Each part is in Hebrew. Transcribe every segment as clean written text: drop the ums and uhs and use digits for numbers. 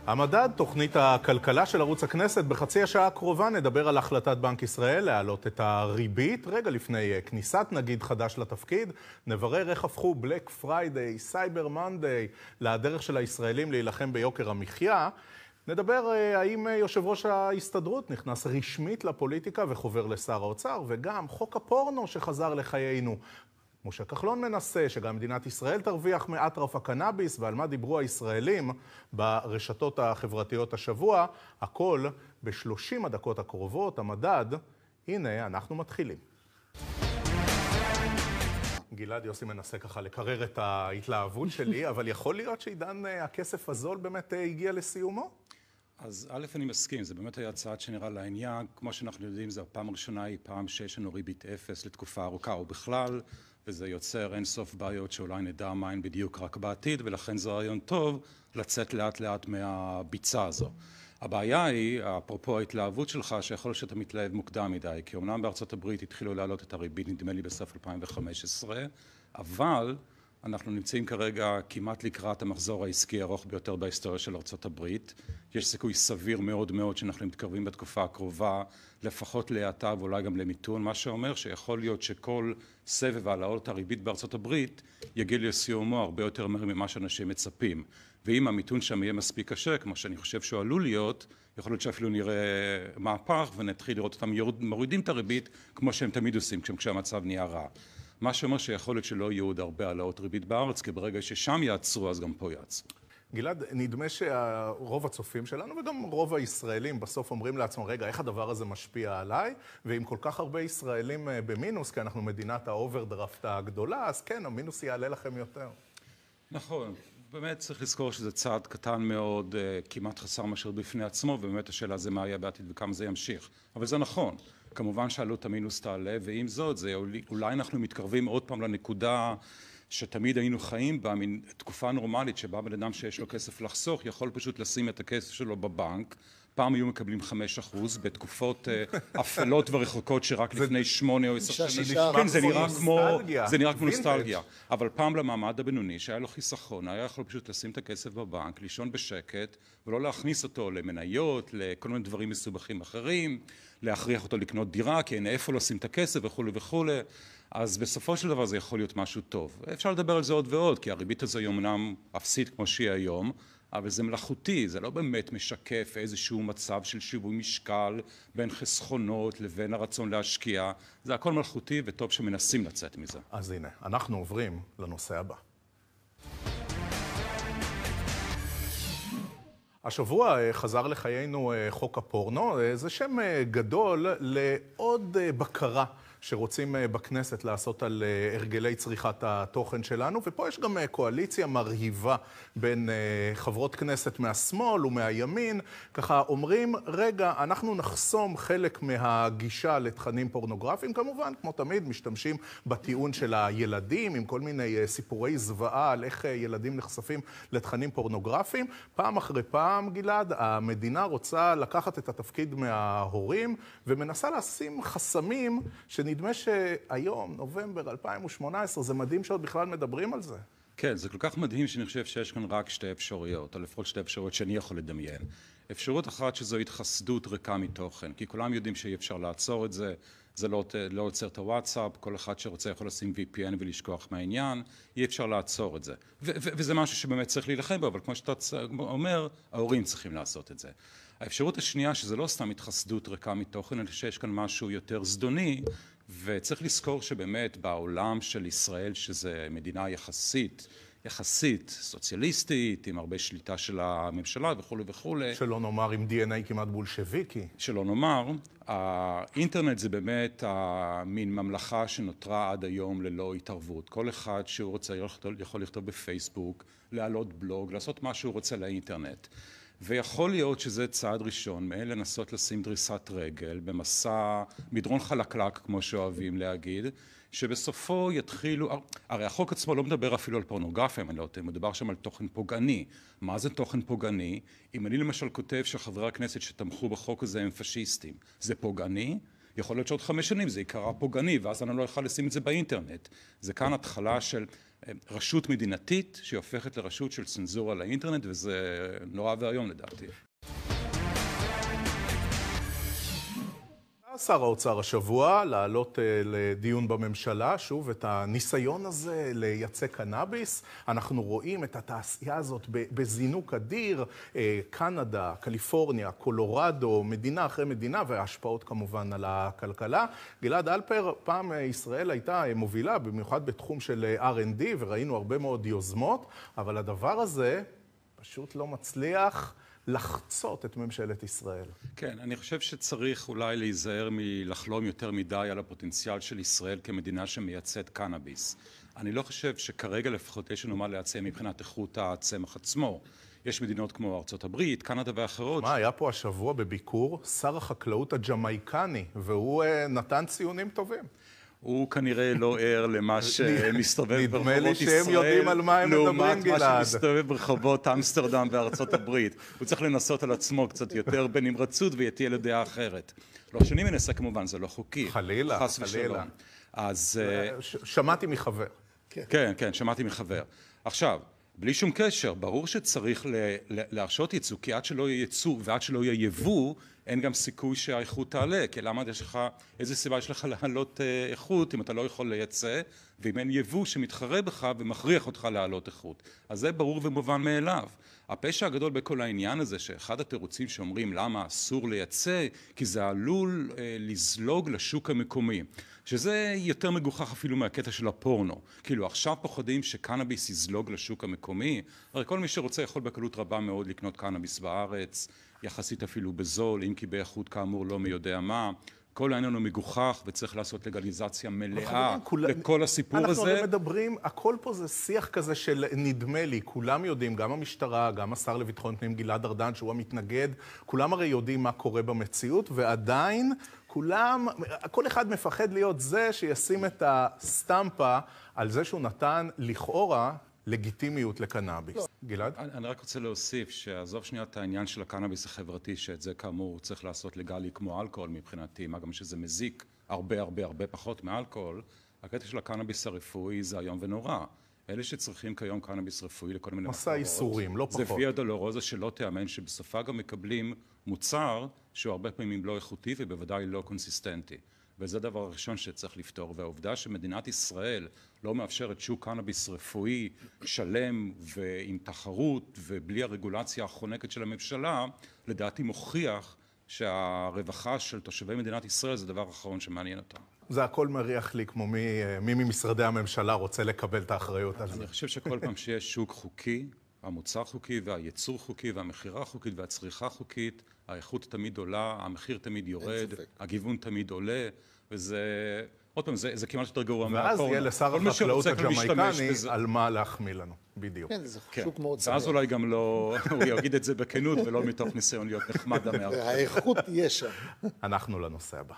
המדד, תוכנית הכלכלה של ערוץ הכנסת. בחצי השעה הקרובה נדבר על החלטת בנק ישראל להעלות את הריבית. רגע לפני כניסת נגיד חדש לתפקיד, נברר איך הפכו בלק פריידיי, סייבר מנדיי, לדרך של הישראלים להילחם ביוקר המחיה. נדבר האם יושב ראש ההסתדרות נכנס רשמית לפוליטיקה וחובר לשר האוצר, וגם חוק הפורנו שחזר לחיינו. משה כחלון מנסה שגם מדינת ישראל תרוויח מאטרף הקנאביס, ועל מה דיברו הישראלים ברשתות החברתיות השבוע. הכל ב-30 הדקות הקרובות. המדד, הנה אנחנו מתחילים. גלעד, יוסי מנסה ככה לקרר את ההתלהבות שלי, אבל יכול להיות שעידן הכסף הזול באמת הגיע לסיומו? אז א', אני מסכים, זה באמת היה צעד שנראה לעניין. כמו שאנחנו יודעים, זו הפעם הראשונה היא פעם שיש לנו ריבית אפס לתקופה ארוכה או בכלל, וזה יוצר אין סוף בעיות שאולי נדע מה הן בדיוק רק בעתיד, ולכן זה רעיון טוב לצאת לאט לאט מהביצה הזו. הבעיה היא, אפרופו ההתלהבות שלך, שיכול להיות שאתה מתלהב מוקדם מדי, כי אומנם בארצות הברית התחילו להעלות את הריבית, נדמה לי בסוף 2015, אבל אנחנו נמצאים כרגע כמעט לקראת המחזור העסקי הארוך ביותר בהיסטוריה של ארצות הברית. יש סיכוי סביר מאוד מאוד שאנחנו מתקרבים בתקופה הקרובה לפחות להאטה ואולי גם למיתון, מה שאומר שיכול להיות שכל סבב העלאות הריבית בארצות הברית יגיע לסיומו הרבה יותר מהר ממה שאנשים מצפים. ואם המיתון שם יהיה מספיק קשה, כמו שאני חושב שהוא עלול להיות, יכול להיות שאפילו נראה מהפך ונתחיל לראות אותם מורידים את הריבית כמו שהם תמיד עושים כשהמצב נהיה רע. מה שאומר שיכול להיות שלא יהיו עוד הרבה העלאות ריבית בארץ, כי ברגע ששם יעצרו, אז גם פה יעצרו. גלעד, נדמה שרוב הצופים שלנו וגם רוב הישראלים בסוף אומרים לעצמם, רגע, איך הדבר הזה משפיע עליי? ועם כל כך הרבה ישראלים במינוס, כי אנחנו מדינת האוברדרפט הגדולה, אז כן, המינוס יעלה לכם יותר. נכון. באמת צריך לזכור שזה צעד קטן מאוד, כמעט חסר משאיר בפני עצמו, ובאמת השאלה זה מה יהיה בעתיד וכמה זה ימשיך. אבל זה נכון. כמובן שעלות המינוס תעלה, ועם זאת, אולי אנחנו מתקרבים עוד פעם לנקודה שתמיד היינו חיים בה, מן תקופה נורמלית שבה בן אדם שיש לו כסף לחסוך, יכול פשוט לשים את הכסף שלו בבנק. פעם היו מקבלים 5% בתקופות אפלות ורחוקות שרק לפני 8 או 10 שנים. כן, זה נראה כמו נוסטלגיה. אבל פעם למעמד הבינוני שהיה לו חיסכון, היה יכול פשוט לשים את הכסף בבנק, לישון בשקט, ולא להכניס אותו למניות, לכל מיני דברים מסובכים אחרים, להכריח אותו לקנות דירה, כי אין איפה לשים את הכסף וכו' וכו'. אז בסופו של דבר זה יכול להיות משהו טוב. אפשר לדבר על זה עוד ועוד, כי הריבית הזו היא אומנם אפסית כמו שהיא היום, אבל זה מלאכותי, זה לא באמת משקף איזשהו מצב של שיווי משקל בין חסכונות לבין הרצון להשקיע. זה הכל מלאכותי וטוב שמנסים לצאת מזה. אז הנה, אנחנו עוברים לנושא הבא. השבוע חזר לחיינו חוק הפורנו. זה שם גדול לעוד בקרה שרוצים בכנסת לעשות על הרגלי צריכת התוכן שלנו, ופה יש גם קואליציה מרהיבה בין חברות כנסת מהשמאל ומהימין, ככה אומרים, רגע, אנחנו נחסום חלק מהגישה לתכנים פורנוגרפיים, כמובן, כמו תמיד, משתמשים בטיעון של הילדים, עם כל מיני סיפורי זוועה על איך ילדים נחשפים לתכנים פורנוגרפיים. פעם אחרי פעם, גלעד, המדינה רוצה לקחת את התפקיד מההורים, ומנסה לשים חסמים נדמה שהיום, נובמבר 2018, זה מדהים שעוד בכלל מדברים על זה. כן, זה כל כך מדהים שאני חושב שיש כאן רק שתי אפשרויות, או לפחות שתי אפשרויות שאני יכול לדמיין. אפשרות אחת שזו התחסדות ריקה מתוכן, כי כולם יודעים שאי אפשר לעצור את זה, זה לא עוצר את הוואטסאפ, כל אחד שרוצה יכול לשים VPN ולשכוח מהעניין, אי אפשר לעצור את זה. וזה משהו שבאמת צריך להילחם בו, אבל כמו שאתה אומר, ההורים צריכים לעשות את זה. האפשרות השנייה, שזה לא סתם התחסדות ריקה מתוכן, אלא שיש כאן משהו יותר זדוני, וצריך לזכור שבאמת בעולם של ישראל, שזה מדינה יחסית סוציאליסטית, עם הרבה שליטה של הממשלה וכו' וכו'. שלא נאמר עם DNA כמעט בולשביקי. שלא נאמר, האינטרנט זה באמת מין ממלכה שנותרה עד היום ללא התערבות. כל אחד שהוא רוצה יכול לכתוב בפייסבוק, להעלות בלוג, לעשות מה שהוא רוצה לאינטרנט. ויכול להיות שזה צעד ראשון, לנסות לשים דריסת רגל במסע מדרון חלקלק, כמו שאוהבים להגיד, שבסופו יתחילו, הרי החוק עצמו לא מדבר אפילו על פורנוגרפיה, מדבר שם על תוכן פוגעני. מה זה תוכן פוגעני? אם אני למשל כותב שחברי הכנסת שתמכו בחוק הזה הם פשיסטים, זה פוגעני? יכול להיות שעוד 5 שנים זה יקרה פוגעני, ואז אני לא יכול לשים את זה באינטרנט. זה כאן התחלה של רשות מדינתית שהופכת לרשות של צנזורה לאינטרנט, וזה נורא ואיום לדעתי. שר האוצר השבוע לעלות לדיון בממשלה, שוב, את הניסיון הזה לייצא קנאביס. אנחנו רואים את התעשייה הזאת בזינוק אדיר, קנדה, קליפורניה, קולורדו, מדינה אחרי מדינה, וההשפעות כמובן על הכלכלה. גלעד אלפר, פעם ישראל הייתה מובילה, במיוחד בתחום של R&D, וראינו הרבה מאוד יוזמות, אבל הדבר הזה פשוט לא מצליח לחצות את ממשלת ישראל. כן, אני חושב שצריך אולי להיזהר מלחלום יותר מדי על הפוטנציאל של ישראל כמדינה שמייצאת קנאביס. אני לא חושב שכרגע לפחות יש לנו מה להציע מבחינת איכות הצמח עצמו. יש מדינות כמו ארצות הברית, קנדה ואחרות. מה, היה פה השבוע בביקור שר החקלאות הג'מייקני, והוא נתן ציונים טובים. הוא כנראה לא ער למה שמסתובב ברחובות ישראל, נדמה לי שהם יודעים על מה הם מדברים, גלעד. לעומת מה שמסתובב ברחובות אמסטרדם בארצות הברית. הוא צריך לנסות על עצמו קצת יותר בנמרצות ויתהיה לדעה אחרת. לא שאני מנסה כמובן, זה לא חוקי. חלילה, חס חלילה. ושלום. אז... שמעתי מחבר. כן, כן, שמעתי מחבר. עכשיו, בלי שום קשר, ברור שצריך להרשות ייצוא, כי עד שלא יהיה ייצוא ועד שלא יהיה יבוא, אין גם סיכוי שהאיכות תעלה, כי למה יש לך, איזה סיבה יש לך להעלות איכות אם אתה לא יכול לייצא, ואם אין יבוא שמתחרה בך ומכריח אותך להעלות איכות. אז זה ברור ומובן מאליו. הפשע הגדול בכל העניין הזה, שאחד התירוצים שאומרים למה אסור לייצא, כי זה עלול לזלוג לשוק המקומי. שזה יותר מגוחך אפילו מהקטע של הפורנו. כאילו עכשיו פוחדים שקנאביס יזלוג לשוק המקומי, הרי כל מי שרוצה יכול בקלות רבה מאוד לקנות קנאביס בארץ, יחסית אפילו בזול, אם כי באיכות כאמור לא מי יודע מה. כל העניין הוא מגוחך וצריך לעשות לגליזציה מלאה לכל הסיפור הזה. אנחנו לא מדברים, הכל פה זה שיח כזה של נדמה לי, כולם יודעים, גם המשטרה, גם השר לביטחון פנים גלעד ארדן שהוא המתנגד, כולם הרי יודעים מה קורה במציאות, ועדיין כולם, כל אחד מפחד להיות זה שישים את הסטמפה על זה שהוא נתן לכאורה לגיטימיות לקנאביס. גלעד? אני רק רוצה להוסיף שעזוב שנייה את העניין של הקנאביס החברתי, שאת זה כאמור צריך לעשות לגלי כמו אלכוהול מבחינתי, מה גם שזה מזיק הרבה הרבה הרבה פחות מאלכוהול. הקטע של הקנאביס הרפואי זה היום ונורא. אלה שצריכים כיום קנאביס רפואי לכל מיני מסע איסורים, לא פחות. זה ויה דולורוזה שלא תאמן שבסופה גם מקבלים מוצר שהוא הרבה פעמים לא איכותי ובוודאי לא קונסיסטנטי. וזה הדבר הראשון שצריך לפתור. והעובדה שמדינת ישראל לא מאפשרת שוק קנאביס רפואי שלם ועם תחרות ובלי הרגולציה החונקת של הממשלה, לדעתי מוכיח שהרווחה של תושבי מדינת ישראל זה דבר אחרון שמעניין אותם. זה הכל מריח לי כמו מי ממשרדי הממשלה רוצה לקבל את האחריות על זה. אני חושב שכל פעם שיש שוק חוקי, המוצר חוקי והייצור חוקי והמחירה חוקית והצריכה חוקית, האיכות תמיד עולה, המחיר תמיד יורד, הגיוון תמיד עולה, וזה, עוד פעם, זה כמעט יותר גרוע מהפורנו. ואז יהיה לשר החקלאות הג'מייקני על מה להחמיא לנו, בדיוק. כן, זה שוק מאוד סביר. ואז אולי גם לא, הוא יגיד את זה בכנות ולא מתוך ניסיון להיות נחמד המערכת. האיכות תהיה שם. אנחנו לנושא הבא.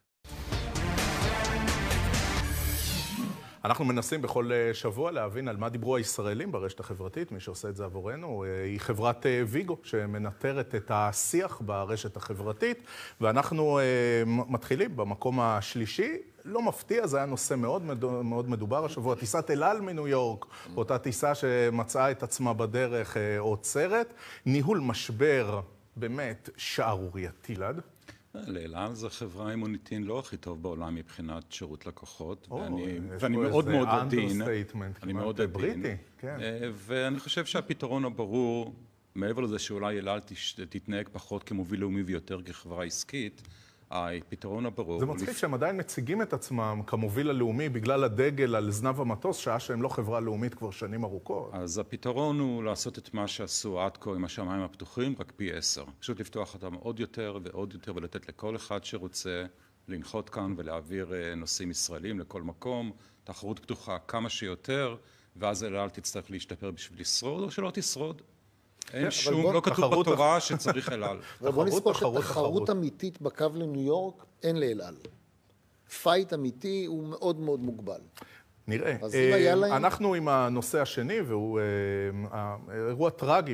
אנחנו מנסים בכל שבוע להבין על מה דיברו הישראלים ברשת החברתית, מי שעושה את זה עבורנו היא חברת ויגו שמנטרת את השיח ברשת החברתית, ואנחנו מתחילים במקום השלישי. לא מפתיע, זה היה נושא מאוד מדובר השבוע, טיסת אל על מניו יורק, אותה טיסה שמצאה את עצמה בדרך עוצרת, ניהול משבר באמת שערורייתי. לד? אל על זה חברה עם מוניטין לא הכי טוב בעולם מבחינת שירות לקוחות, ואני מאוד מאוד עדין, אני מאוד עדין, ואני חושב שהפתרון הברור, מעבר לזה שאולי אל על תתנהג פחות כמוביל לאומי ויותר כחברה עסקית, הפתרון הברור... זה מצחיק שהם עדיין מציגים את עצמם כמוביל הלאומי בגלל הדגל על זנב המטוס, שעה שהם לא חברה לאומית כבר שנים ארוכות. אז הפתרון הוא לעשות את מה שעשו עד כה עם השמיים הפתוחים, רק פי 10. פשוט לפתוח אותם עוד יותר ועוד יותר ולתת לכל אחד שרוצה לנחות כאן ולהעביר נוסעים ישראלים לכל מקום, תחרות פתוחה כמה שיותר, ואז אל על תצטרך להשתפר בשביל לשרוד או שלא תשרוד. אין שום, לא כתוב בתורה שצריך אל על. אבל בוא נזכור שתחרות אמיתית בקו לניו יורק אין לאל על. פייט אמיתי הוא מאוד מאוד מוגבל. נראה. אז אם היה להם... אנחנו עם הנושא השני, והוא אירוע טרגי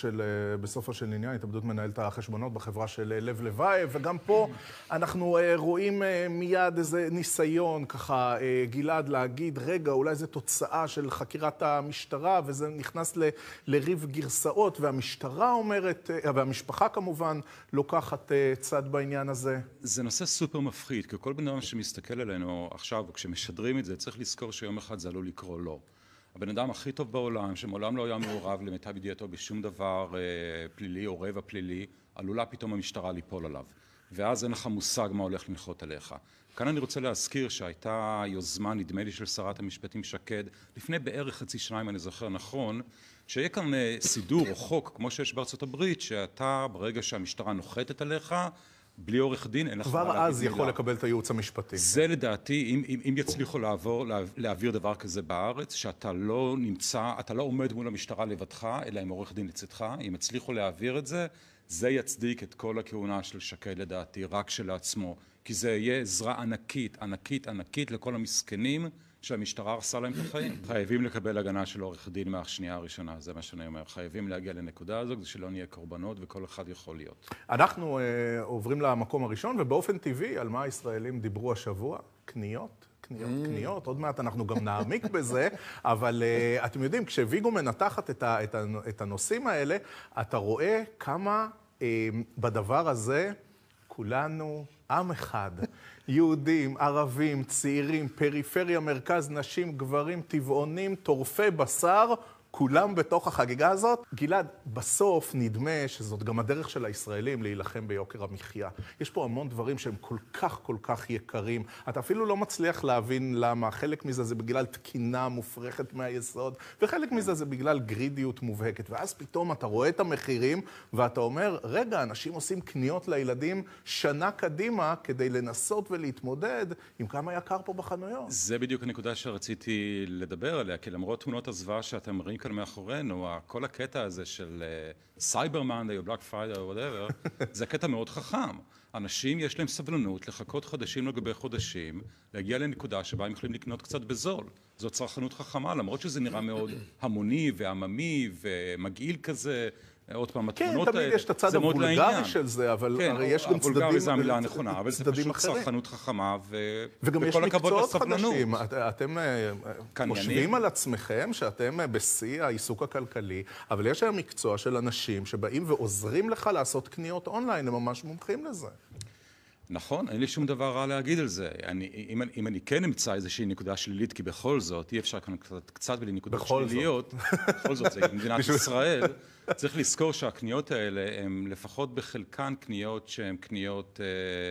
בסופו של עניין, התאבדות מנהלת החשבונות בחברה של לב לבייב, וגם פה אנחנו רואים מיד איזה ניסיון, ככה, גלעד, להגיד, רגע, אולי זו תוצאה של חקירת המשטרה, וזה נכנס לריב גרסאות, והמשטרה אומרת, והמשפחה כמובן לוקחת צד בעניין הזה. זה נושא סופר מפחיד, כי כל בן אדם שמסתכל עלינו עכשיו, כשמשדרים את זה, צריך לזכור שיום אחד זה עלול לקרוא לו. הבן אדם הכי טוב בעולם, שמעולם לא היה מעורב למיטב ידיעתו בשום דבר פלילי או רבע פלילי, עלולה פתאום המשטרה ליפול עליו. ואז אין לך מושג מה הולך לנחות עליך. כאן אני רוצה להזכיר שהייתה יוזמה, נדמה לי, של שרת המשפטים שקד, לפני בערך חצי שנה, אם אני זוכר נכון, שיהיה כאן סידור או חוק, כמו שיש בארצות הברית, שאתה, ברגע שהמשטרה נוחתת עליך, בלי עורך דין, אין לך מה להגיד מילה. כבר אז יכול לקבל את הייעוץ המשפטי. זה לדעתי, אם יצליחו להעביר דבר כזה בארץ, שאתה לא נמצא, אתה לא עומד מול המשטרה לבדך, אלא עם עורך דין לצדך, אם יצליחו להעביר את זה, זה יצדיק את כל הכהונה של שקד לדעתי, רק שלעצמו. כי זה יהיה עזרה ענקית, ענקית, ענקית לכל המסכנים שהמשטרה הרסה להם את החיים. חייבים לקבל הגנה של עורך דין מהשנייה הראשונה, זה מה שאני אומר. חייבים להגיע לנקודה הזו, כדי שלא נהיה קורבנות וכל אחד יכול להיות. אנחנו עוברים למקום הראשון, ובאופן טבעי, על מה הישראלים דיברו השבוע? קניות. קניות, עוד מעט אנחנו גם נעמיק בזה, אבל אתם יודעים, כשוויגו מנתחת את הנושאים האלה, אתה רואה כמה בדבר הזה כולנו עם אחד, יהודים, ערבים, צעירים, פריפריה, מרכז, נשים, גברים, טבעונים, טורפי בשר, כולם בתוך החגיגה הזאת. גלעד, בסוף נדמה שזאת גם הדרך של הישראלים להילחם ביוקר המחיה. יש פה המון דברים שהם כל כך יקרים. אתה אפילו לא מצליח להבין למה. חלק מזה זה בגלל תקינה מופרכת מהיסוד, וחלק מזה זה בגלל גרידיות מובהקת. ואז פתאום אתה רואה את המחירים, ואתה אומר, רגע, אנשים עושים קניות לילדים שנה קדימה, כדי לנסות ולהתמודד עם כמה יקר פה בחנויות. זה בדיוק הנקודה שרציתי לדבר עליה, כי למרות תמונות הזוועה שאתם מראים כאן מאחורינו, כל הקטע הזה של סייבר מאנדיי או בלאק פריידיי או whatever, זה קטע מאוד חכם. אנשים יש להם סבלנות לחכות חודשים לגבי חודשים, להגיע לנקודה שבה הם יכולים לקנות קצת בזול. זו צרכנות חכמה, למרות שזה נראה מאוד המוני ועממי ומגעיל כזה. עוד פעם, התמונות האלה, כן, תמיד יש את הצד הוולגרי של זה, אבל הרי יש גם צדדים... הוולגרי זה המילה הנכונה, אבל זה פשוט צרכנות חכמה, וכל הכבוד לסבלנות. וגם יש מקצועות חדשים. אתם חושבים על עצמכם שאתם בשיא העיסוק הכלכלי, אבל יש היום מקצוע של אנשים שבאים ועוזרים לך לעשות קניות אונליין, הם ממש מומחים לזה. נכון, אין לי שום דבר רע להגיד על זה. אם אני כן אמצא איזושהי נקודה שלילית, כי בכל זאת, אי אפשר כאן קצת ולנקודות שליליות, בכל זאת, זה מדינת ישראל, צריך לזכור שהקניות האלה הן לפחות בחלקן קניות שהן קניות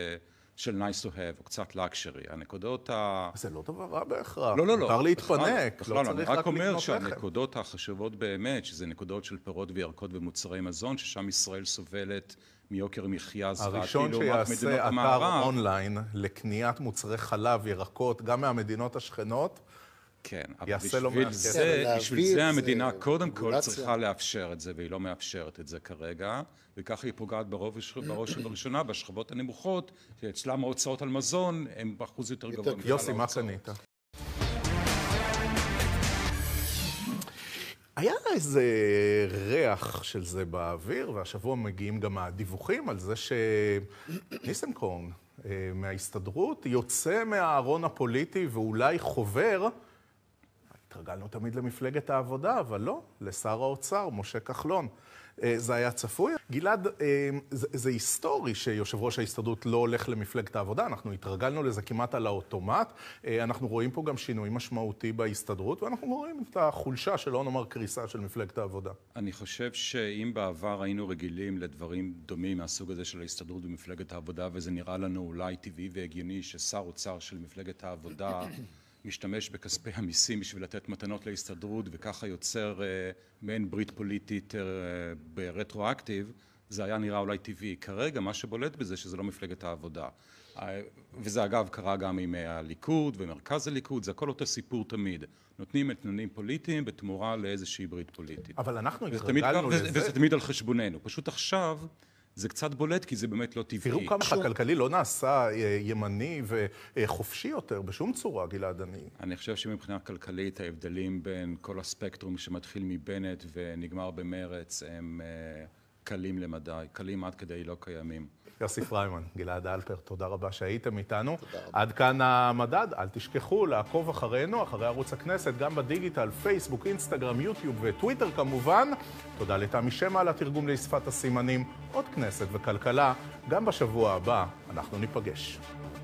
של nice to have, או קצת luxury. הנקודות זה לא דבר רע בהכרח. לא. מותר להתפנק, לא צריך אני רק רק לקנות אומר לחם. שהנקודות החשובות באמת, שזה נקודות של פירות וירקות ומוצרי מזון, ששם ישראל סובלת מיוקר מחיה זוועתי הראשון לעומת מדינות שיעשה המערב. אתר אונליין לקניית מוצרי חלב, ירקות, גם מהמדינות השכנות, כן, יעשה לו אבל מהכסף. בשביל זה המדינה קודם כל צריכה לאפשר את זה, והיא לא מאפשרת את זה כרגע, וככה היא פוגעת בראש ובראשונה בשכבות הנמוכות, שאצלם ההוצאות על מזון הם באחוז יותר גבוה. יוסי, מה קנית? היה איזה ריח של זה באוויר, והשבוע מגיעים גם הדיווחים על זה שניסנקורן מההסתדרות יוצא מהארון הפוליטי ואולי חובר, התרגלנו תמיד למפלגת העבודה, אבל לא, לשר האוצר, משה כחלון. זה היה צפוי. גלעד, זה היסטורי שיושב ראש ההסתדרות לא הולך למפלגת העבודה, אנחנו התרגלנו לזה כמעט על האוטומט, אנחנו רואים פה גם שינוי משמעותי בהסתדרות, ואנחנו רואים את החולשה, שלא נאמר קריסה של מפלגת העבודה. אני חושב שאם בעבר היינו רגילים לדברים דומים מהסוג הזה של ההסתדרות במפלגת העבודה, וזה נראה לנו אולי טבעי והגיוני ששר אוצר של מפלגת העבודה משתמש בכספי המיסים בשביל לתת מתנות להסתדרות, וככה יוצר מעין ברית פוליטית ברטרואקטיב, זה היה נראה אולי טבעי. כרגע מה שבולט בזה שזה לא מפלגת העבודה. וזה אגב קרה גם עם הליכוד ומרכז הליכוד, זה הכל אותו סיפור תמיד. נותנים אתננים פוליטיים בתמורה לאיזושהי ברית פוליטית. אבל אנחנו התרגלנו לזה. וזה תמיד על חשבוננו. פשוט עכשיו זה קצת בולט, כי זה באמת לא טבעי. תראו כמה הכלכלי לא נעשה ימני וחופשי יותר בשום צורה, גלעד. אני חושב שמבחינה כלכלית ההבדלים בין כל הספקטרום שמתחיל מבנט ונגמר במרץ הם קלים למדי, קלים עד כדי לא קיימים. יוסי פריימן, גלעד אלפר, תודה רבה שהייתם איתנו. עד כאן המדד, אל תשכחו לעקוב אחרינו, אחרי ערוץ הכנסת, גם בדיגיטל, פייסבוק, אינסטגרם, יוטיוב וטוויטר כמובן. תודה לתמי שמע על התרגום לשפת הסימנים. עוד כנסת וכלכלה, גם בשבוע הבא אנחנו ניפגש.